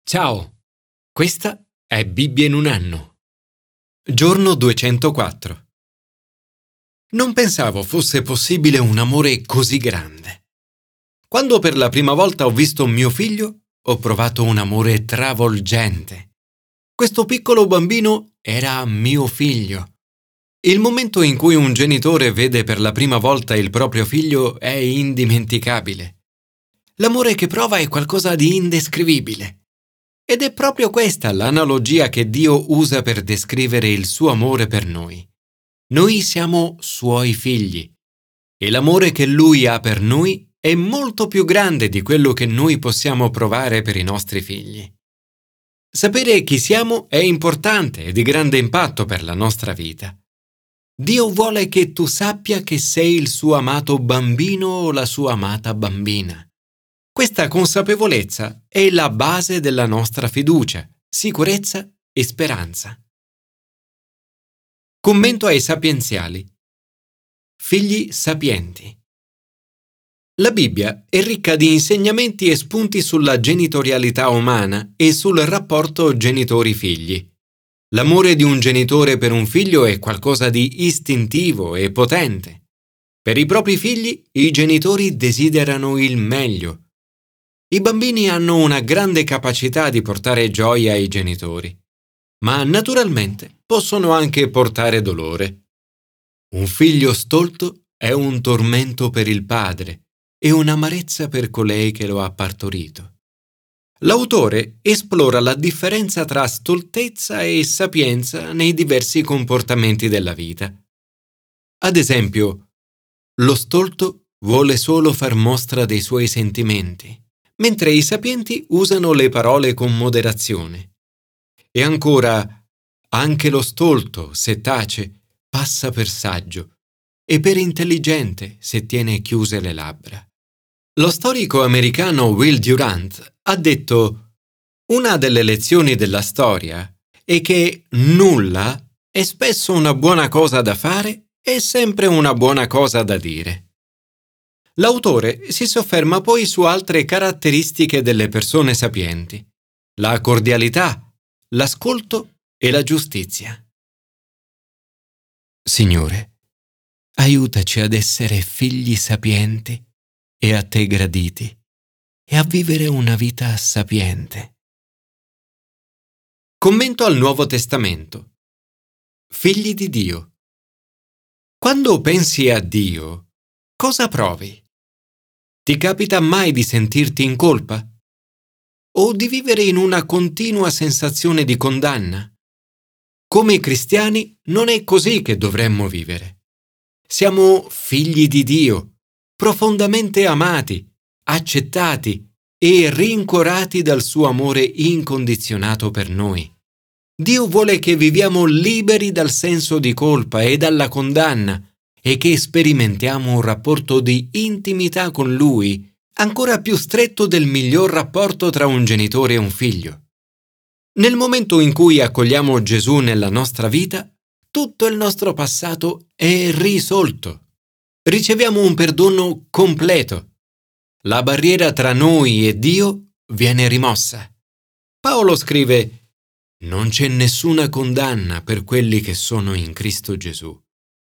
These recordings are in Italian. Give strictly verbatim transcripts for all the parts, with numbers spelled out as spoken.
Ciao, questa è Bibbia in un anno. Giorno duecentoquattro. Non pensavo fosse possibile un amore così grande. Quando per la prima volta ho visto mio figlio, ho provato un amore travolgente. Questo piccolo bambino era mio figlio. Il momento in cui un genitore vede per la prima volta il proprio figlio è indimenticabile. L'amore che prova è qualcosa di indescrivibile. Ed è proprio questa l'analogia che Dio usa per descrivere il suo amore per noi. Noi siamo suoi figli e l'amore che Lui ha per noi è molto più grande di quello che noi possiamo provare per i nostri figli. Sapere chi siamo è importante e di grande impatto per la nostra vita. Dio vuole che tu sappia che sei il suo amato bambino o la sua amata bambina. Questa consapevolezza è la base della nostra fiducia, sicurezza e speranza. Commento ai sapienziali. Figli sapienti. La Bibbia è ricca di insegnamenti e spunti sulla genitorialità umana e sul rapporto genitori-figli. L'amore di un genitore per un figlio è qualcosa di istintivo e potente. Per i propri figli, i genitori desiderano il meglio. I bambini hanno una grande capacità di portare gioia ai genitori, ma naturalmente possono anche portare dolore. Un figlio stolto è un tormento per il padre e un'amarezza per colei che lo ha partorito. L'autore esplora la differenza tra stoltezza e sapienza nei diversi comportamenti della vita. Ad esempio, lo stolto vuole solo far mostra dei suoi sentimenti, mentre i sapienti usano le parole con moderazione. E ancora, anche lo stolto, se tace, passa per saggio, e per intelligente se tiene chiuse le labbra. Lo storico americano Will Durant ha detto: «Una delle lezioni della storia è che nulla è spesso una buona cosa da fare e sempre una buona cosa da dire». L'autore si sofferma poi su altre caratteristiche delle persone sapienti: la cordialità, l'ascolto e la giustizia. Signore, aiutaci ad essere figli sapienti e a te graditi e a vivere una vita sapiente. Commento al Nuovo Testamento. Figli di Dio. Quando pensi a Dio, cosa provi? Ti capita mai di sentirti in colpa? O di vivere in una continua sensazione di condanna? Come cristiani non è così che dovremmo vivere. Siamo figli di Dio, profondamente amati, accettati e rincuorati dal suo amore incondizionato per noi. Dio vuole che viviamo liberi dal senso di colpa e dalla condanna e che sperimentiamo un rapporto di intimità con Lui ancora più stretto del miglior rapporto tra un genitore e un figlio. Nel momento in cui accogliamo Gesù nella nostra vita, tutto il nostro passato è risolto. Riceviamo un perdono completo. La barriera tra noi e Dio viene rimossa. Paolo scrive: «Non c'è nessuna condanna per quelli che sono in Cristo Gesù».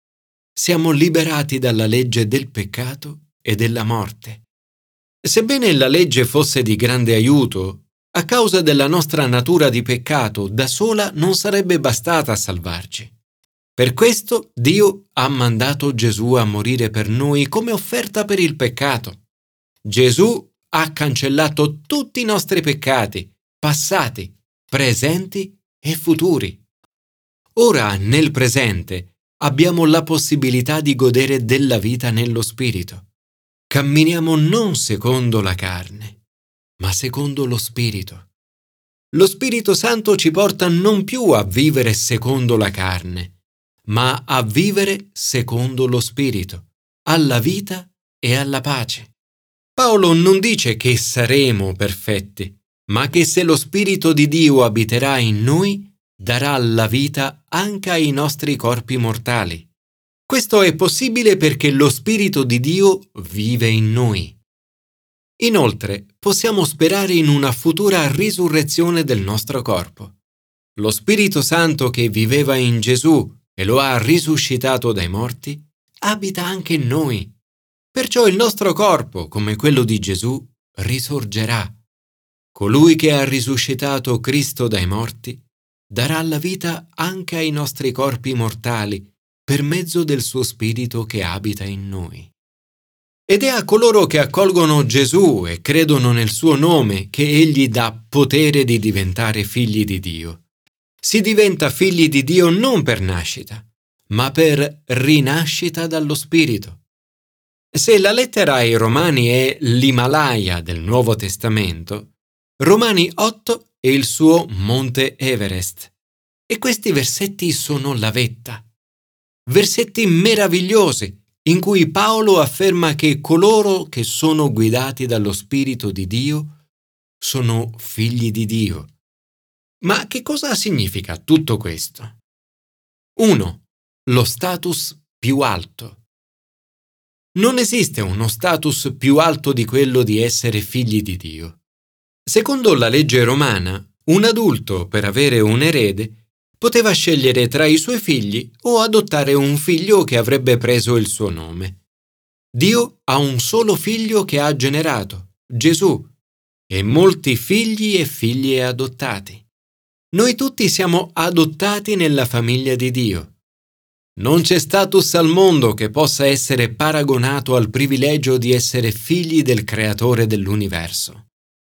Siamo liberati dalla legge del peccato e della morte. Sebbene la legge fosse di grande aiuto, a causa della nostra natura di peccato, da sola non sarebbe bastata a salvarci. Per questo Dio ha mandato Gesù a morire per noi come offerta per il peccato. Gesù ha cancellato tutti i nostri peccati, passati, presenti e futuri. Ora, nel presente, abbiamo la possibilità di godere della vita nello Spirito. Camminiamo non secondo la carne, ma secondo lo Spirito. Lo Spirito Santo ci porta non più a vivere secondo la carne, ma a vivere secondo lo Spirito, alla vita e alla pace. Paolo non dice che saremo perfetti, ma che se lo Spirito di Dio abiterà in noi, darà la vita anche ai nostri corpi mortali. Questo è possibile perché lo Spirito di Dio vive in noi. Inoltre, possiamo sperare in una futura risurrezione del nostro corpo. Lo Spirito Santo che viveva in Gesù e lo ha risuscitato dai morti, abita anche in noi. Perciò il nostro corpo, come quello di Gesù, risorgerà. Colui che ha risuscitato Cristo dai morti darà la vita anche ai nostri corpi mortali per mezzo del suo Spirito che abita in noi. Ed è a coloro che accolgono Gesù e credono nel suo nome che egli dà potere di diventare figli di Dio. Si diventa figli di Dio non per nascita, ma per rinascita dallo Spirito. Se la lettera ai Romani è l'Himalaya del Nuovo Testamento, Romani otto è il suo Monte Everest. E questi versetti sono la vetta. Versetti meravigliosi in cui Paolo afferma che coloro che sono guidati dallo Spirito di Dio sono figli di Dio. Ma che cosa significa tutto questo? uno. Lo status più alto. Non esiste uno status più alto di quello di essere figli di Dio. Secondo la legge romana, un adulto, per avere un erede, poteva scegliere tra i suoi figli o adottare un figlio che avrebbe preso il suo nome. Dio ha un solo figlio che ha generato, Gesù, e molti figli e figlie adottati. Noi tutti siamo adottati nella famiglia di Dio. Non c'è status al mondo che possa essere paragonato al privilegio di essere figli del Creatore dell'universo.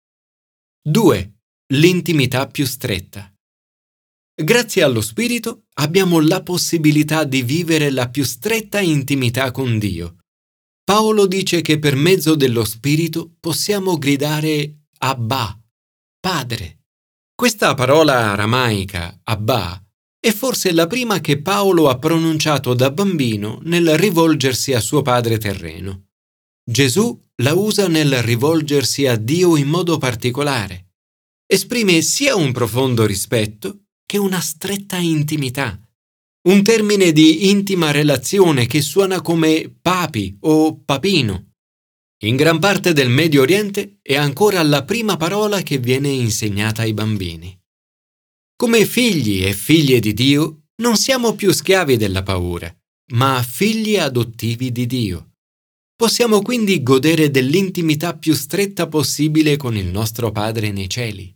due. L'intimità più stretta. Grazie allo Spirito abbiamo la possibilità di vivere la più stretta intimità con Dio. Paolo dice che per mezzo dello Spirito possiamo gridare Abba, Padre. Questa parola aramaica, Abba, è forse la prima che Paolo ha pronunciato da bambino nel rivolgersi a suo padre terreno. Gesù la usa nel rivolgersi a Dio in modo particolare. Esprime sia un profondo rispetto che una stretta intimità. Un termine di intima relazione che suona come papi o papino. In gran parte del Medio Oriente è ancora la prima parola che viene insegnata ai bambini. Come figli e figlie di Dio non siamo più schiavi della paura, ma figli adottivi di Dio. Possiamo quindi godere dell'intimità più stretta possibile con il nostro Padre nei cieli.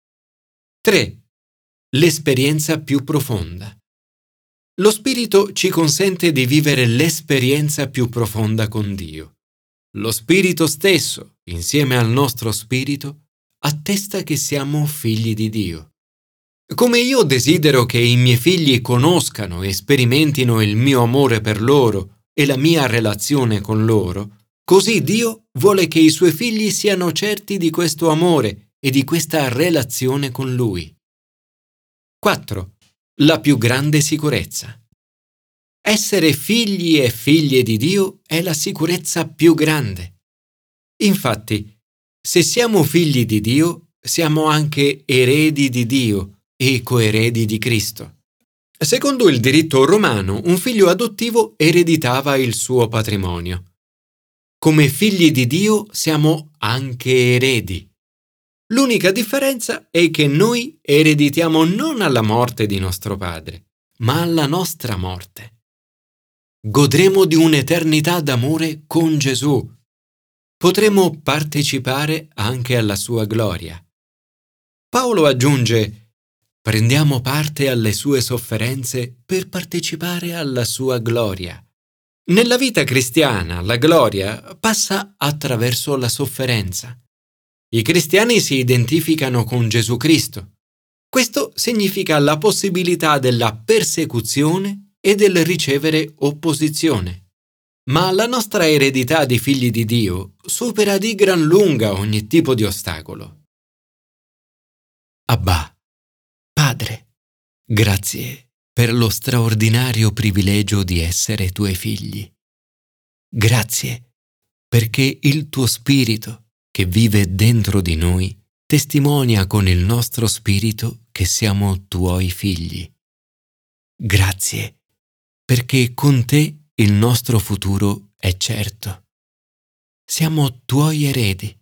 tre. L'esperienza più profonda. Lo Spirito ci consente di vivere l'esperienza più profonda con Dio. Lo Spirito stesso, insieme al nostro Spirito, attesta che siamo figli di Dio. Come io desidero che i miei figli conoscano e sperimentino il mio amore per loro e la mia relazione con loro, così Dio vuole che i suoi figli siano certi di questo amore e di questa relazione con Lui. quattro. La più grande sicurezza. Essere figli e figlie di Dio è la sicurezza più grande. Infatti, se siamo figli di Dio, siamo anche eredi di Dio e coeredi di Cristo. Secondo il diritto romano, un figlio adottivo ereditava il suo patrimonio. Come figli di Dio siamo anche eredi. L'unica differenza è che noi ereditiamo non alla morte di nostro padre, ma alla nostra morte. Godremo di un'eternità d'amore con Gesù. Potremo partecipare anche alla sua gloria. Paolo aggiunge: prendiamo parte alle sue sofferenze per partecipare alla sua gloria. Nella vita cristiana la gloria passa attraverso la sofferenza. I cristiani si identificano con Gesù Cristo. Questo significa la possibilità della persecuzione e del ricevere opposizione. Ma la nostra eredità di figli di Dio supera di gran lunga ogni tipo di ostacolo. Abba, Padre, grazie per lo straordinario privilegio di essere tuoi figli. Grazie perché il tuo Spirito, che vive dentro di noi, testimonia con il nostro spirito che siamo tuoi figli. Grazie perché con te il nostro futuro è certo. Siamo tuoi eredi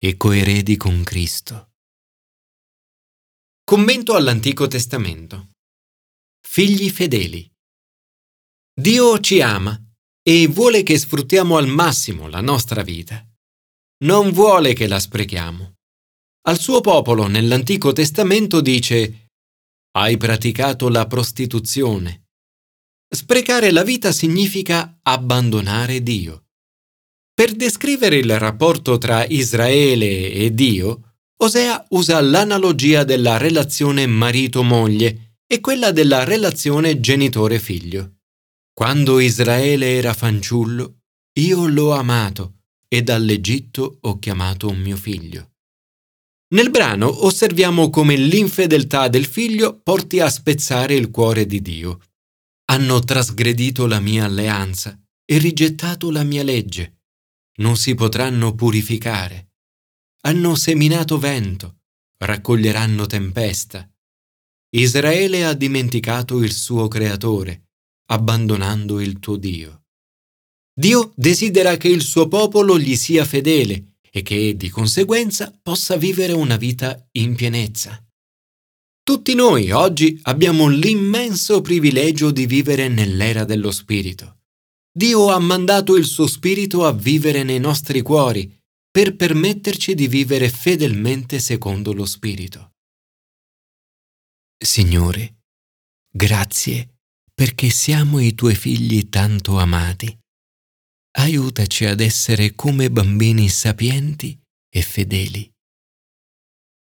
e coeredi con Cristo. Commento all'Antico Testamento. Figli fedeli. Dio ci ama e vuole che sfruttiamo al massimo la nostra vita. Non vuole che la sprechiamo. Al suo popolo nell'Antico Testamento dice: hai praticato la prostituzione. Sprecare la vita significa abbandonare Dio. Per descrivere il rapporto tra Israele e Dio, Osea usa l'analogia della relazione marito-moglie e quella della relazione genitore-figlio. Quando Israele era fanciullo, io l'ho amato e dall'Egitto ho chiamato un mio figlio. Nel brano osserviamo come l'infedeltà del figlio porti a spezzare il cuore di Dio. Hanno trasgredito la mia alleanza e rigettato la mia legge. Non si potranno purificare. Hanno seminato vento, raccoglieranno tempesta. Israele ha dimenticato il suo creatore, abbandonando il tuo Dio. Dio desidera che il suo popolo gli sia fedele e che, di conseguenza, possa vivere una vita in pienezza. Tutti noi oggi abbiamo l'immenso privilegio di vivere nell'era dello Spirito. Dio ha mandato il suo Spirito a vivere nei nostri cuori per permetterci di vivere fedelmente secondo lo Spirito. Signore, grazie perché siamo i tuoi figli tanto amati. Aiutaci ad essere come bambini sapienti e fedeli.